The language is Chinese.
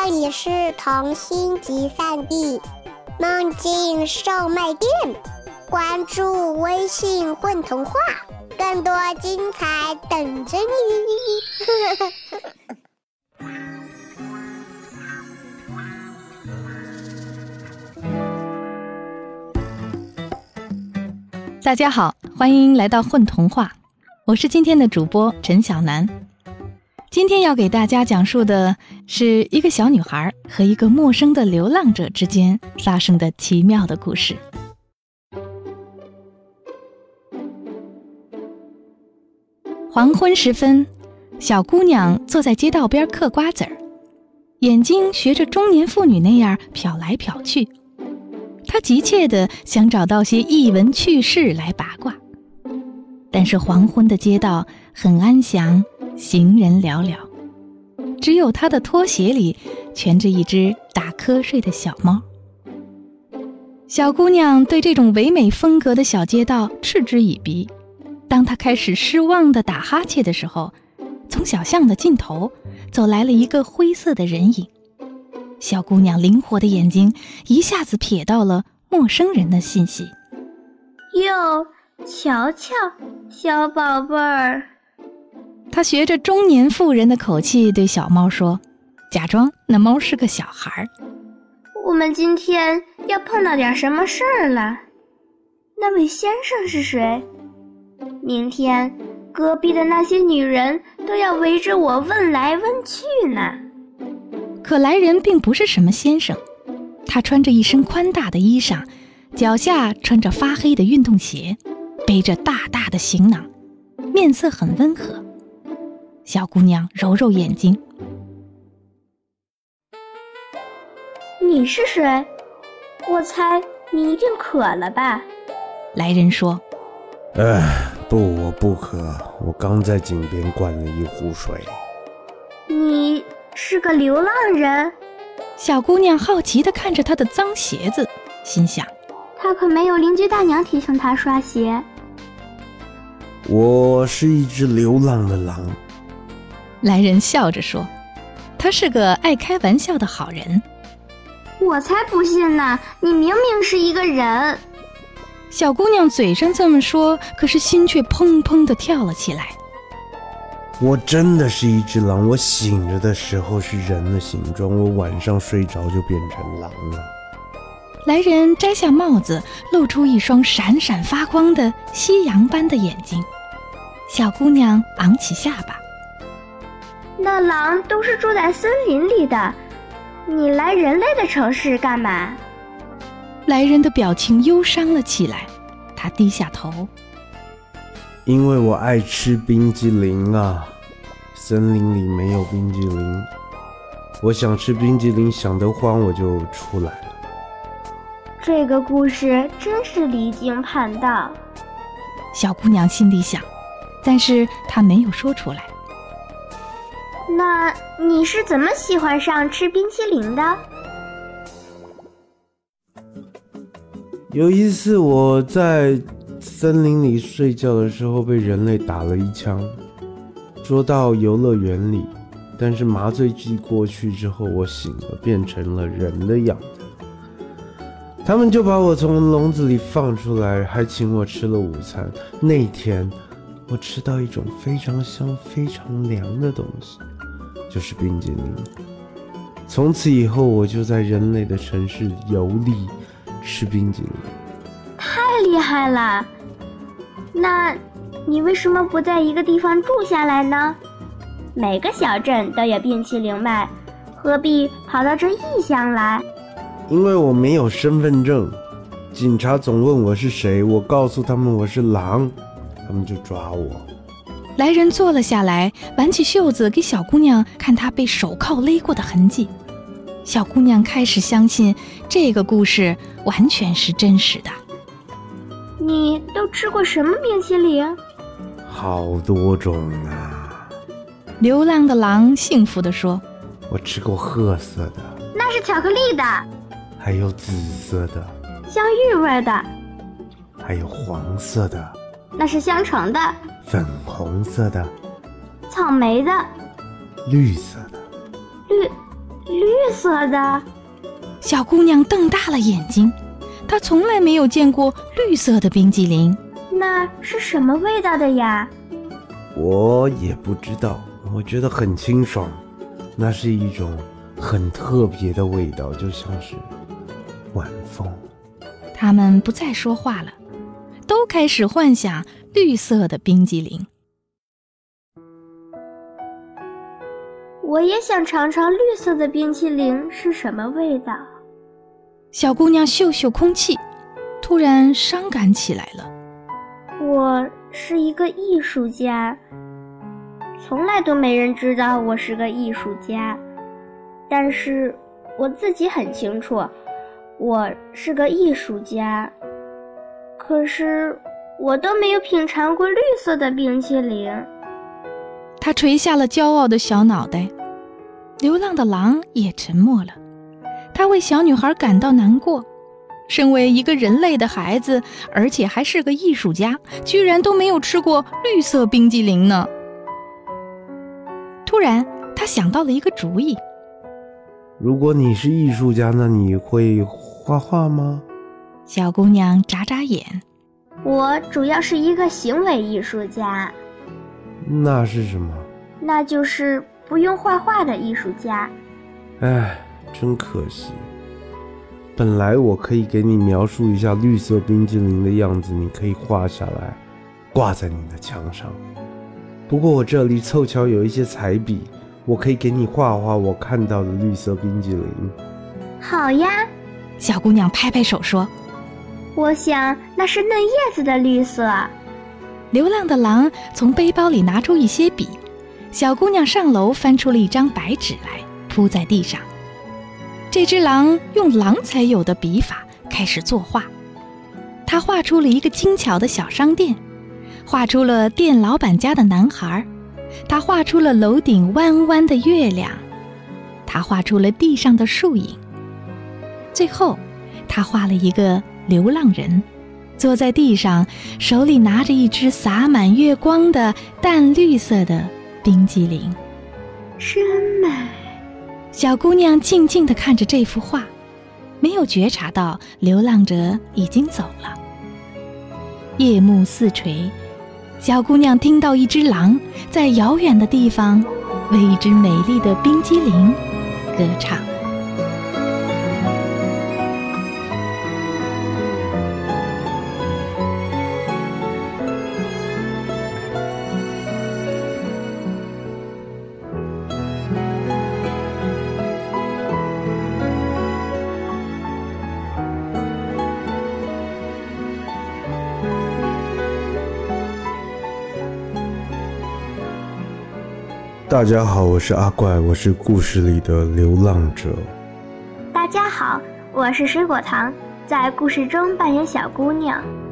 这里是童心集散地梦境售卖店，关注微信混童话，更多精彩等着你。 大家好，欢迎来到混童话，我是今天的主播陈小楠。今天要给大家讲述的是一个小女孩和一个陌生的流浪者之间发生的奇妙的故事。黄昏时分，小姑娘坐在街道边嗑瓜子儿，眼睛学着中年妇女那样瞟来瞟去。她急切地想找到些逸闻趣事来八卦，但是黄昏的街道很安详，行人寥寥，只有她的拖鞋里蜷着一只打瞌睡的小猫。小姑娘对这种唯美风格的小街道嗤之以鼻，当她开始失望地打哈欠的时候，从小巷的尽头走来了一个灰色的人影。小姑娘灵活的眼睛一下子瞥到了陌生人的信息。 哟，瞧瞧，小宝贝儿。 她学着中年妇人的口气对小猫说，假装那猫是个小孩。 我们今天要碰到点什么事儿了？那位先生是谁？明天隔壁的那些女人都要围着我问来问去呢。 可来人并不是什么先生，他穿着一身宽大的衣裳，脚下穿着发黑的运动鞋，背着大大的行囊，面色很温和。小姑娘揉揉眼睛， 你是谁？我猜你一定渴了吧？ 来人说， 不，我不渴，我刚在井边灌了一壶水。 你是个流浪人？ 小姑娘好奇地看着她的脏鞋子，心想， 她可没有邻居大娘提醒她刷鞋。 我是一只流浪的狼。 来人笑着说，他是个爱开玩笑的好人。 我才不信呢，你明明是一个人。 小姑娘嘴上这么说，可是心却砰砰地跳了起来。 我真的是一只狼，我醒着的时候是人的形状，我晚上睡着就变成狼了。 来人摘下帽子，露出一双闪闪发光的夕阳般的眼睛。小姑娘昂起下巴， 那狼都是住在森林里的，你来人类的城市干嘛？ 来人的表情忧伤了起来，他低下头， 因为我爱吃冰激凌啊，森林里没有冰激凌，我想吃冰激凌想得慌，我就出来了。 这个故事真是离经叛道。 小姑娘心里想，但是她没有说出来。 那你是怎么喜欢上吃冰淇淋的？ 有一次我在森林里睡觉的时候被人类打了一枪，捉到游乐园里，但是麻醉剂过去之后我醒了，变成了人的样子。他们就把我从笼子里放出来，还请我吃了午餐。那天我吃到一种非常香非常凉的东西，就是冰激凌。从此以后我就在人类的城市游历，吃冰激凌。 太厉害了！那你为什么不在一个地方住下来呢？每个小镇都有冰淇淋卖，何必跑到这异乡来？ 因为我没有身份证，警察总问我是谁，我告诉他们我是狼，他们就抓我。 来人坐了下来，挽起袖子给小姑娘看她被手铐勒过的痕迹。小姑娘开始相信这个故事完全是真实的。 你都吃过什么冰淇淋？ 好多种啊。 流浪的狼幸福地说， 我吃过褐色的， 那是巧克力的， 还有紫色的， 香芋味的， 还有黄色的， 那是香橙的， 粉红色的， 草莓的， 绿色的， 绿色的。 小姑娘瞪大了眼睛，她从来没有见过绿色的冰激凌。 那是什么味道的呀？ 我也不知道，我觉得很清爽，那是一种很特别的味道，就像是晚风。 他们不再说话了，都开始幻想绿色的冰激凌。 我也想尝尝绿色的冰淇淋是什么味道。 小姑娘嗅嗅空气，突然伤感起来了。 我是一个艺术家，从来都没人知道我是个艺术家，但是我自己很清楚，我是个艺术家。可是我都没有品尝过绿色的冰淇淋。 她垂下了骄傲的小脑袋。流浪的狼也沉默了，他为小女孩感到难过。身为一个人类的孩子，而且还是个艺术家，居然都没有吃过绿色冰激凌呢。突然，他想到了一个主意。 如果你是艺术家，那你会画画吗？ 小姑娘眨眨眼。 我主要是一个行为艺术家。 那是什么？ 那就是不用画画的艺术家。 唉，真可惜。本来我可以给你描述一下绿色冰激凌的样子，你可以画下来，挂在你的墙上。不过我这里凑巧有一些彩笔，我可以给你画画我看到的绿色冰激凌。 好呀， 小姑娘拍拍手说。 我想那是嫩叶子的绿色。 流浪的狼从背包里拿出一些笔，小姑娘上楼翻出了一张白纸来，铺在地上。这只狼用狼才有的笔法开始作画，它画出了一个精巧的小商店，画出了店老板家的男孩，它画出了楼顶弯弯的月亮，它画出了地上的树影。最后，它画了一个流浪人，坐在地上，手里拿着一只洒满月光的淡绿色的冰激凌。 真美。 小姑娘静静地看着这幅画，没有觉察到流浪者已经走了。夜幕四垂，小姑娘听到一只狼在遥远的地方为一只美丽的冰激凌歌唱。 大家好，我是阿怪，我是故事里的流浪者。 大家好，我是水果糖，在故事中扮演小姑娘。